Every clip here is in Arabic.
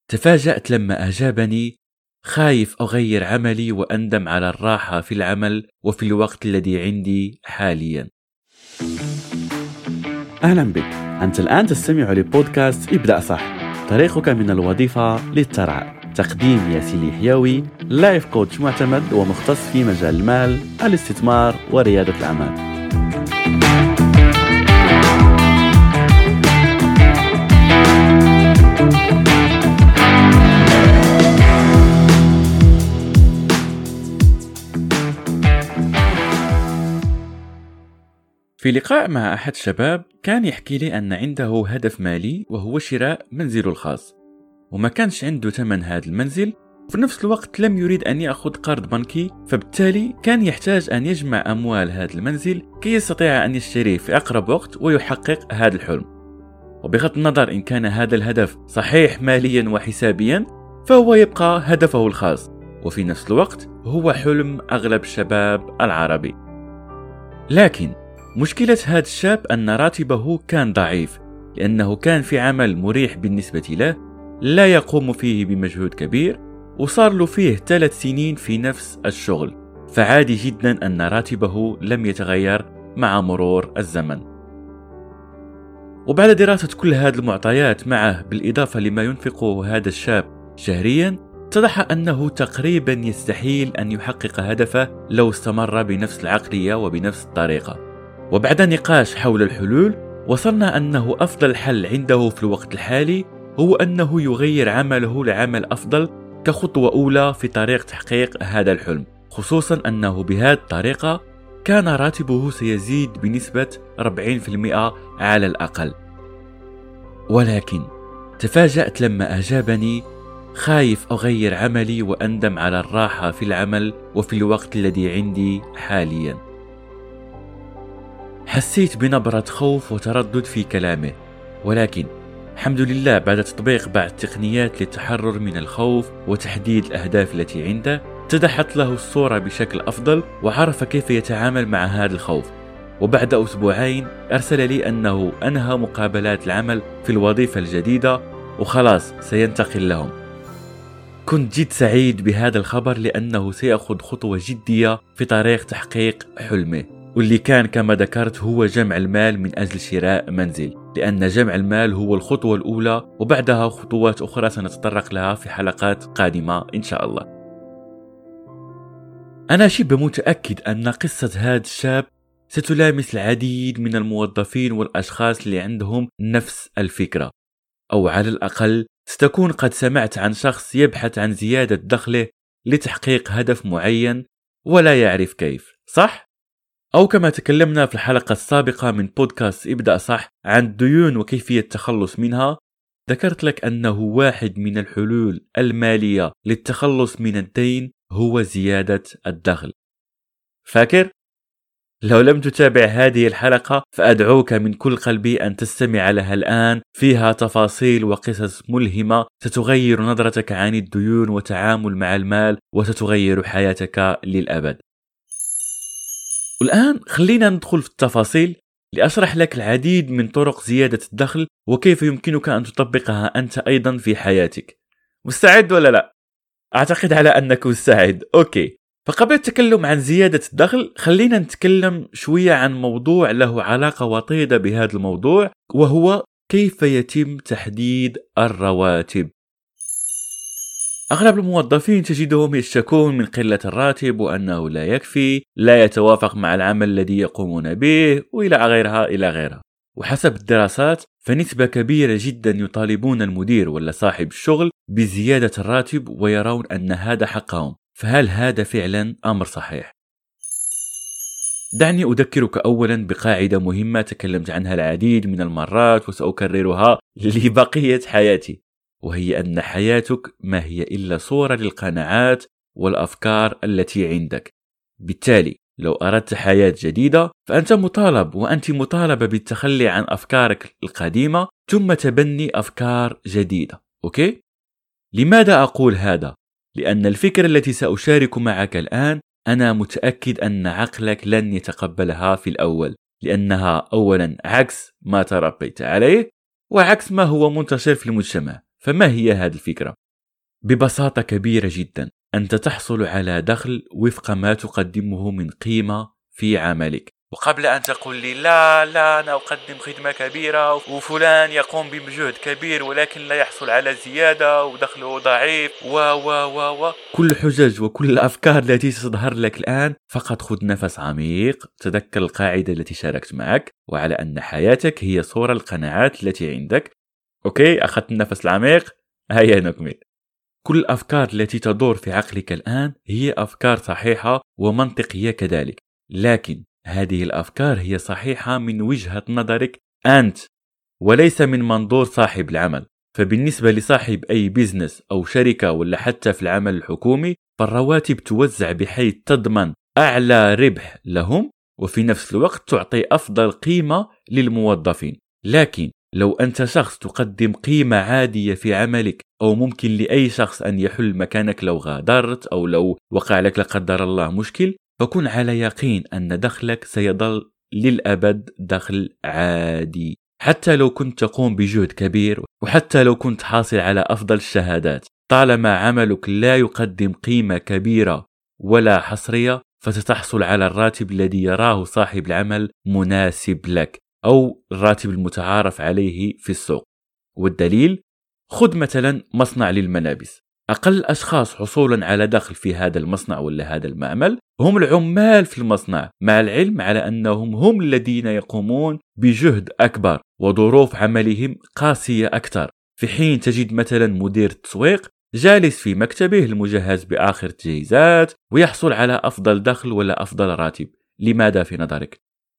تفاجأت لما أجابني: خايف أغير عملي وأندم على الراحة في العمل وفي الوقت الذي عندي حاليا. أهلا بك، أنت الآن تستمع لبودكاست ابدأ صح، طريقك من الوظيفة للثراء. تقديم ياسين اليحيوي، لايف كوتش معتمد ومختص في مجال المال، الاستثمار وريادة الأعمال. في لقاء مع أحد الشباب كان يحكي لي أن عنده هدف مالي وهو شراء منزله الخاص، وما كانش عنده ثمن هذا المنزل، وفي نفس الوقت لم يريد أن يأخذ قرض بنكي، فبالتالي كان يحتاج أن يجمع أموال هذا المنزل كي يستطيع أن يشتريه في أقرب وقت ويحقق هذا الحلم. وبغض النظر إن كان هذا الهدف صحيح ماليا وحسابيا، فهو يبقى هدفه الخاص، وفي نفس الوقت هو حلم أغلب الشباب العربي. لكن مشكلة هذا الشاب أن راتبه كان ضعيف، لأنه كان في عمل مريح بالنسبة له، لا يقوم فيه بمجهود كبير، وصار له فيه 3 سنين في نفس الشغل، فعادي جدا أن راتبه لم يتغير مع مرور الزمن. وبعد دراسة كل هذه المعطيات معه بالإضافة لما ينفقه هذا الشاب شهريا، اتضح أنه تقريبا يستحيل أن يحقق هدفه لو استمر بنفس العقلية وبنفس الطريقة. وبعد نقاش حول الحلول، وصلنا أنه أفضل حل عنده في الوقت الحالي هو أنه يغير عمله لعمل أفضل كخطوة أولى في طريق تحقيق هذا الحلم، خصوصا أنه بهذه الطريقة كان راتبه سيزيد بنسبة 40% على الأقل. ولكن تفاجأت لما أجابني: خايف أغير عملي وأندم على الراحة في العمل وفي الوقت الذي عندي حاليا. حسيت بنبرة خوف وتردد في كلامه، ولكن الحمد لله بعد تطبيق بعض التقنيات للتحرر من الخوف وتحديد الأهداف التي عنده، اتضحت له الصورة بشكل أفضل وعرف كيف يتعامل مع هذا الخوف. وبعد أسبوعين أرسل لي أنه أنهى مقابلات العمل في الوظيفة الجديدة وخلاص سينتقل لهم. كنت جد سعيد بهذا الخبر، لأنه سيأخذ خطوة جدية في طريق تحقيق حلمه، واللي كان كما ذكرت هو جمع المال من أجل شراء منزل، لأن جمع المال هو الخطوة الأولى، وبعدها خطوات أخرى سنتطرق لها في حلقات قادمة إن شاء الله. أنا شبه متأكد أن قصة هذا الشاب ستلامس العديد من الموظفين والأشخاص اللي عندهم نفس الفكرة، أو على الأقل ستكون قد سمعت عن شخص يبحث عن زيادة دخله لتحقيق هدف معين ولا يعرف كيف، صح؟ أو كما تكلمنا في الحلقة السابقة من بودكاست ابدأ صح عن الديون وكيفية التخلص منها، ذكرت لك أنه واحد من الحلول المالية للتخلص من الدين هو زيادة الدخل. فاكر؟ لو لم تتابع هذه الحلقة فأدعوك من كل قلبي أن تستمع لها الآن، فيها تفاصيل وقصص ملهمة ستغير نظرتك عن الديون وتعامل مع المال، وستغير حياتك للأبد. والآن خلينا ندخل في التفاصيل لأشرح لك العديد من طرق زيادة الدخل وكيف يمكنك أن تطبقها أنت أيضا في حياتك. مستعد ولا لا؟ أعتقد على أنك مستعد. أوكي، فقبل التكلم عن زيادة الدخل خلينا نتكلم شوية عن موضوع له علاقة وطيدة بهذا الموضوع، وهو كيف يتم تحديد الرواتب. أغلب الموظفين تجدهم يشتكون من قلة الراتب وأنه لا يكفي، لا يتوافق مع العمل الذي يقومون به، وإلى غيرها. وحسب الدراسات فنسبة كبيرة جدا يطالبون المدير ولا صاحب الشغل بزيادة الراتب ويرون أن هذا حقهم. فهل هذا فعلا أمر صحيح؟ دعني أذكرك أولا بقاعدة مهمة تكلمت عنها العديد من المرات وسأكررها لبقية حياتي، وهي أن حياتك ما هي إلا صورة للقناعات والأفكار التي عندك. بالتالي لو أردت حياة جديدة فأنت مطالب وأنت مطالبة بالتخلي عن أفكارك القديمة ثم تبني أفكار جديدة. أوكي؟ لماذا أقول هذا؟ لأن الفكرة التي سأشارك معك الآن أنا متأكد أن عقلك لن يتقبلها في الأول، لأنها أولا عكس ما تربيت عليه وعكس ما هو منتشر في المجتمع. فما هي هذه الفكرة؟ ببساطة كبيرة جدا، أنت تحصل على دخل وفق ما تقدمه من قيمة في عملك. وقبل أن تقول لي لا أنا أقدم خدمة كبيرة وفلان يقوم بمجهود كبير ولكن لا يحصل على زيادة ودخله ضعيف كل الحجج وكل الأفكار التي تظهر لك الآن، فقط خذ نفس عميق، تذكر القاعدة التي شاركت معك، وعلى أن حياتك هي صورة القناعات التي عندك. أوكي، أخذت النفس العميق، هيا نكمل. كل الأفكار التي تدور في عقلك الآن هي أفكار صحيحة ومنطقية كذلك، لكن هذه الأفكار هي صحيحة من وجهة نظرك أنت وليس من منظور صاحب العمل. فبالنسبة لصاحب أي بيزنس أو شركة ولا حتى في العمل الحكومي، فالرواتب توزع بحيث تضمن أعلى ربح لهم وفي نفس الوقت تعطي أفضل قيمة للموظفين. لكن لو أنت شخص تقدم قيمة عادية في عملك، أو ممكن لأي شخص أن يحل مكانك لو غادرت أو لو وقع لك لا قدر الله مشكل، فكن على يقين أن دخلك سيظل للأبد دخل عادي، حتى لو كنت تقوم بجهد كبير وحتى لو كنت حاصل على أفضل الشهادات. طالما عملك لا يقدم قيمة كبيرة ولا حصرية، فستحصل على الراتب الذي يراه صاحب العمل مناسب لك، أو الراتب المتعارف عليه في السوق. والدليل، خذ مثلا مصنع للملابس، أقل الأشخاص حصولا على دخل في هذا المصنع ولا هذا المعمل هم العمال في المصنع، مع العلم على أنهم هم الذين يقومون بجهد أكبر وظروف عملهم قاسية أكثر، في حين تجد مثلا مدير التسويق جالس في مكتبه المجهز بآخر التجهيزات ويحصل على أفضل دخل ولا أفضل راتب. لماذا في نظرك؟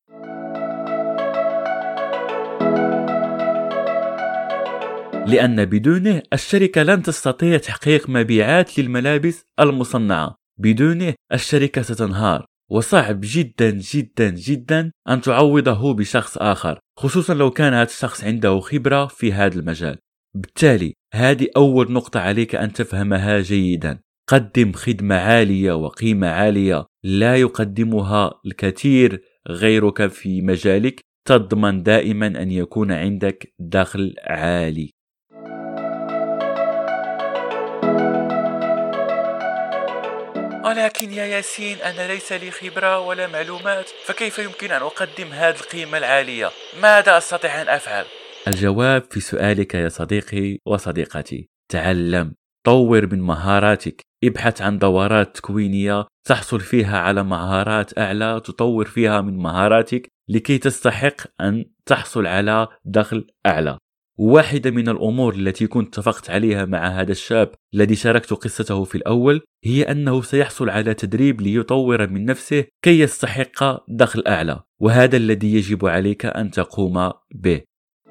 لأن بدونه الشركة لن تستطيع تحقيق مبيعات للملابس المصنعة، بدونه الشركة ستنهار، وصعب جدا جدا جدا أن تعوضه بشخص آخر، خصوصا لو كان هذا الشخص عنده خبرة في هذا المجال. بالتالي هذه أول نقطة عليك أن تفهمها جيدا. قدم خدمة عالية وقيمة عالية لا يقدمها الكثير غيرك في مجالك، تضمن دائما أن يكون عندك دخل عالي. ولكن يا ياسين أنا ليس لي خبرة ولا معلومات، فكيف يمكن أن أقدم هذه القيمة العالية؟ ماذا أستطيع أن أفعل؟ الجواب في سؤالك يا صديقي وصديقتي. تعلم، طور من مهاراتك، ابحث عن دورات تكوينية تحصل فيها على مهارات أعلى، تطور فيها من مهاراتك لكي تستحق أن تحصل على دخل أعلى. واحدة من الأمور التي كنت اتفقت عليها مع هذا الشاب الذي شاركت قصته في الأول هي أنه سيحصل على تدريب ليطور من نفسه كي يستحق دخل أعلى، وهذا الذي يجب عليك أن تقوم به.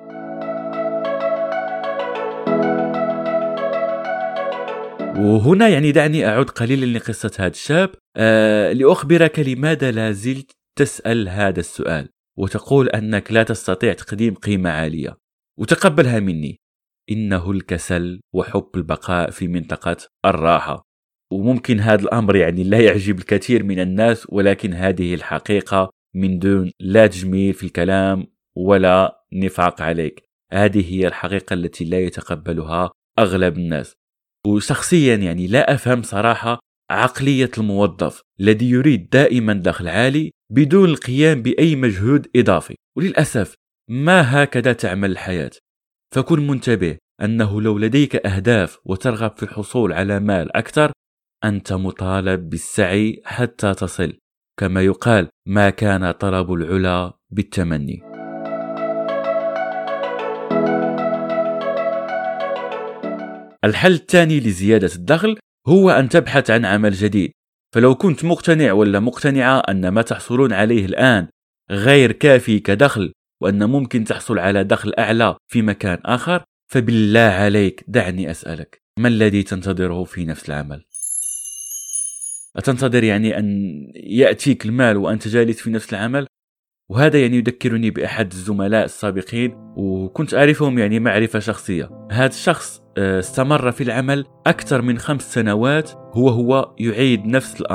وهنا يعني دعني أعود قليلا لقصة هذا الشاب لأخبرك لماذا لا زلت تسأل هذا السؤال وتقول أنك لا تستطيع تقديم قيمة عالية. وتقبلها مني، إنه الكسل وحب البقاء في منطقة الراحة. وممكن هذا الأمر يعني لا يعجب الكثير من الناس، ولكن هذه الحقيقة من دون لا تجميل في الكلام ولا نفاق عليك. هذه هي الحقيقة التي لا يتقبلها أغلب الناس. وشخصيا يعني لا أفهم صراحة عقلية الموظف الذي يريد دائما دخل عالي بدون القيام بأي مجهود إضافي. وللأسف ما هكذا تعمل الحياة. فكن منتبه أنه لو لديك أهداف وترغب في الحصول على مال أكثر، أنت مطالب بالسعي حتى تصل، كما يقال ما كان طلب العلا بالتمني. الحل الثاني لزيادة الدخل هو أن تبحث عن عمل جديد. فلو كنت مقتنع ولا مقتنعة أن ما تحصلون عليه الآن غير كافي كدخل وأن ممكن تحصل على دخل أعلى في مكان آخر، فبالله عليك دعني أسألك، ما الذي تنتظره في نفس العمل؟ أتنتظر يعني أن يأتيك المال وأنت جالس في نفس العمل؟ وهذا يعني يذكرني بأحد الزملاء السابقين وكنت أعرفهم يعني معرفة شخصية. هذا الشخص استمر في العمل أكثر من 5 سنوات هو يعيد نفس الأمر،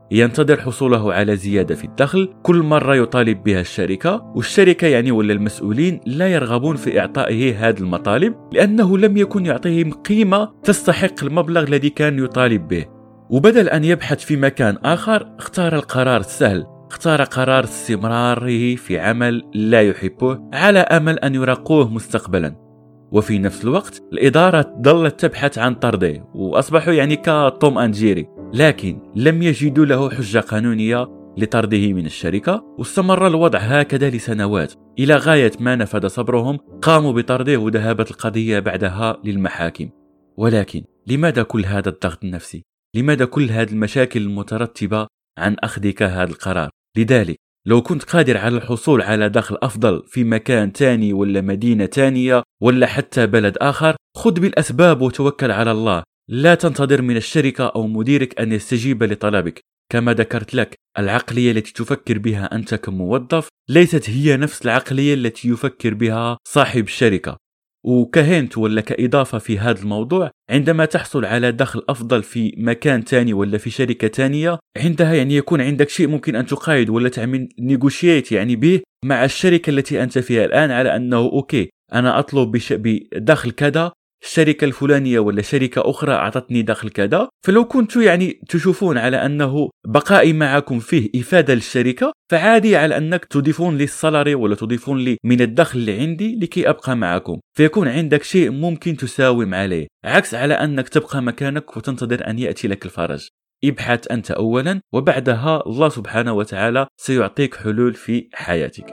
ينتظر حصوله على زيادة في الدخل كل مرة يطالب بها الشركة، والشركة يعني ولا المسؤولين لا يرغبون في إعطائه هذه المطالب لأنه لم يكن يعطيهم قيمة تستحق المبلغ الذي كان يطالب به. وبدل أن يبحث في مكان آخر اختار القرار السهل، اختار قرار استمراره في عمل لا يحبه على أمل أن يرقوه مستقبلا. وفي نفس الوقت الإدارة ظلت تبحث عن طرده وأصبحوا يعني كتوم أند جيري، لكن لم يجدوا له حجة قانونية لطرده من الشركة، واستمر الوضع هكذا لسنوات إلى غاية ما نفد صبرهم، قاموا بطرده وذهبت القضية بعدها للمحاكم. ولكن لماذا كل هذا الضغط النفسي؟ لماذا كل هذه المشاكل المترتبة عن أخذك هذا القرار؟ لذلك لو كنت قادر على الحصول على دخل أفضل في مكان تاني ولا مدينة تانية ولا حتى بلد آخر، خذ بالأسباب وتوكل على الله. لا تنتظر من الشركة أو مديرك أن يستجيب لطلبك. كما ذكرت لك، العقلية التي تفكر بها أنت كموظف ليست هي نفس العقلية التي يفكر بها صاحب الشركة. وكهنت ولا كإضافة في هذا الموضوع، عندما تحصل على دخل أفضل في مكان تاني ولا في شركة تانية، عندها يعني يكون عندك شيء ممكن أن تقايد ولا تعمل نيغوشيت يعني به مع الشركة التي أنت فيها الآن، على أنه أوكي أنا أطلب بدخل كذا، الشركة الفلانية ولا شركة أخرى أعطتني دخل كذا. فلو كنتوا يعني تشوفون على أنه بقائي معكم فيه إفادة للشركة، فعادي على أنك تضيفون لي السالري ولا تضيفون لي من الدخل اللي عندي لكي أبقى معكم، فيكون عندك شيء ممكن تساوم عليه، عكس على أنك تبقى مكانك وتنتظر أن يأتي لك الفرج. ابحث أنت أولا، وبعدها الله سبحانه وتعالى سيعطيك حلول في حياتك.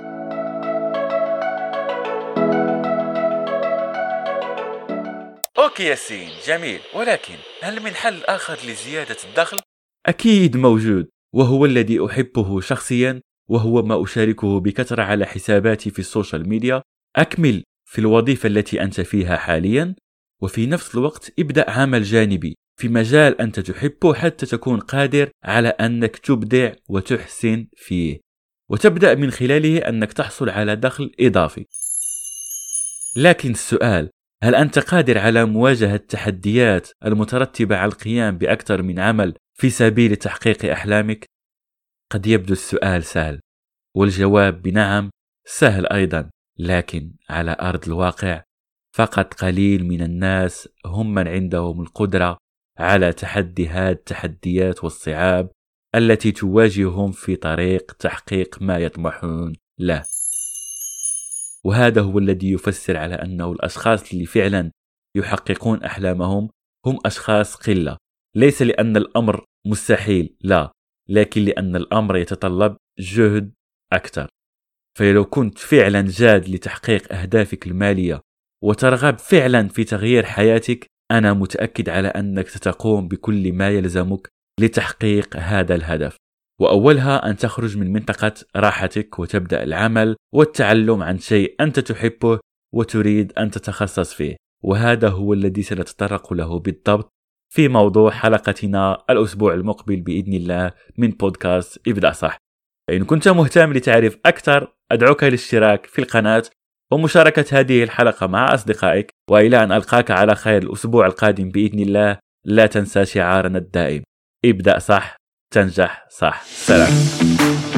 أوكي ياسين، جميل، ولكن هل من حل آخر لزيادة الدخل؟ أكيد موجود، وهو الذي أحبه شخصيا، وهو ما أشاركه بكثرة على حساباتي في السوشيال ميديا. أكمل في الوظيفة التي أنت فيها حاليا، وفي نفس الوقت ابدأ عمل جانبي في مجال أنت تحبه حتى تكون قادر على أنك تبدع وتحسن فيه، وتبدأ من خلاله أنك تحصل على دخل إضافي. لكن السؤال، هل أنت قادر على مواجهة التحديات المترتبة على القيام بأكثر من عمل في سبيل تحقيق أحلامك؟ قد يبدو السؤال سهل، والجواب بنعم سهل أيضا، لكن على أرض الواقع فقط قليل من الناس هم من عندهم القدرة على تحدي هذه التحديات والصعاب التي تواجههم في طريق تحقيق ما يطمحون له. وهذا هو الذي يفسر على أنه الأشخاص اللي فعلا يحققون أحلامهم هم أشخاص قلة، ليس لأن الأمر مستحيل، لا، لكن لأن الأمر يتطلب جهد أكثر. فلو كنت فعلا جاد لتحقيق أهدافك المالية وترغب فعلا في تغيير حياتك، أنا متأكد على أنك ستقوم بكل ما يلزمك لتحقيق هذا الهدف، وأولها أن تخرج من منطقة راحتك وتبدأ العمل والتعلم عن شيء أنت تحبه وتريد أن تتخصص فيه. وهذا هو الذي سنتطرق له بالضبط في موضوع حلقتنا الأسبوع المقبل بإذن الله من بودكاست ابدأ صح. إن كنت مهتم لتعرف أكثر، أدعوك للاشتراك في القناة ومشاركة هذه الحلقة مع أصدقائك، وإلى أن ألقاك على خير الأسبوع القادم بإذن الله. لا تنسى شعارنا الدائم: ابدأ صح تنجح صح. سلام.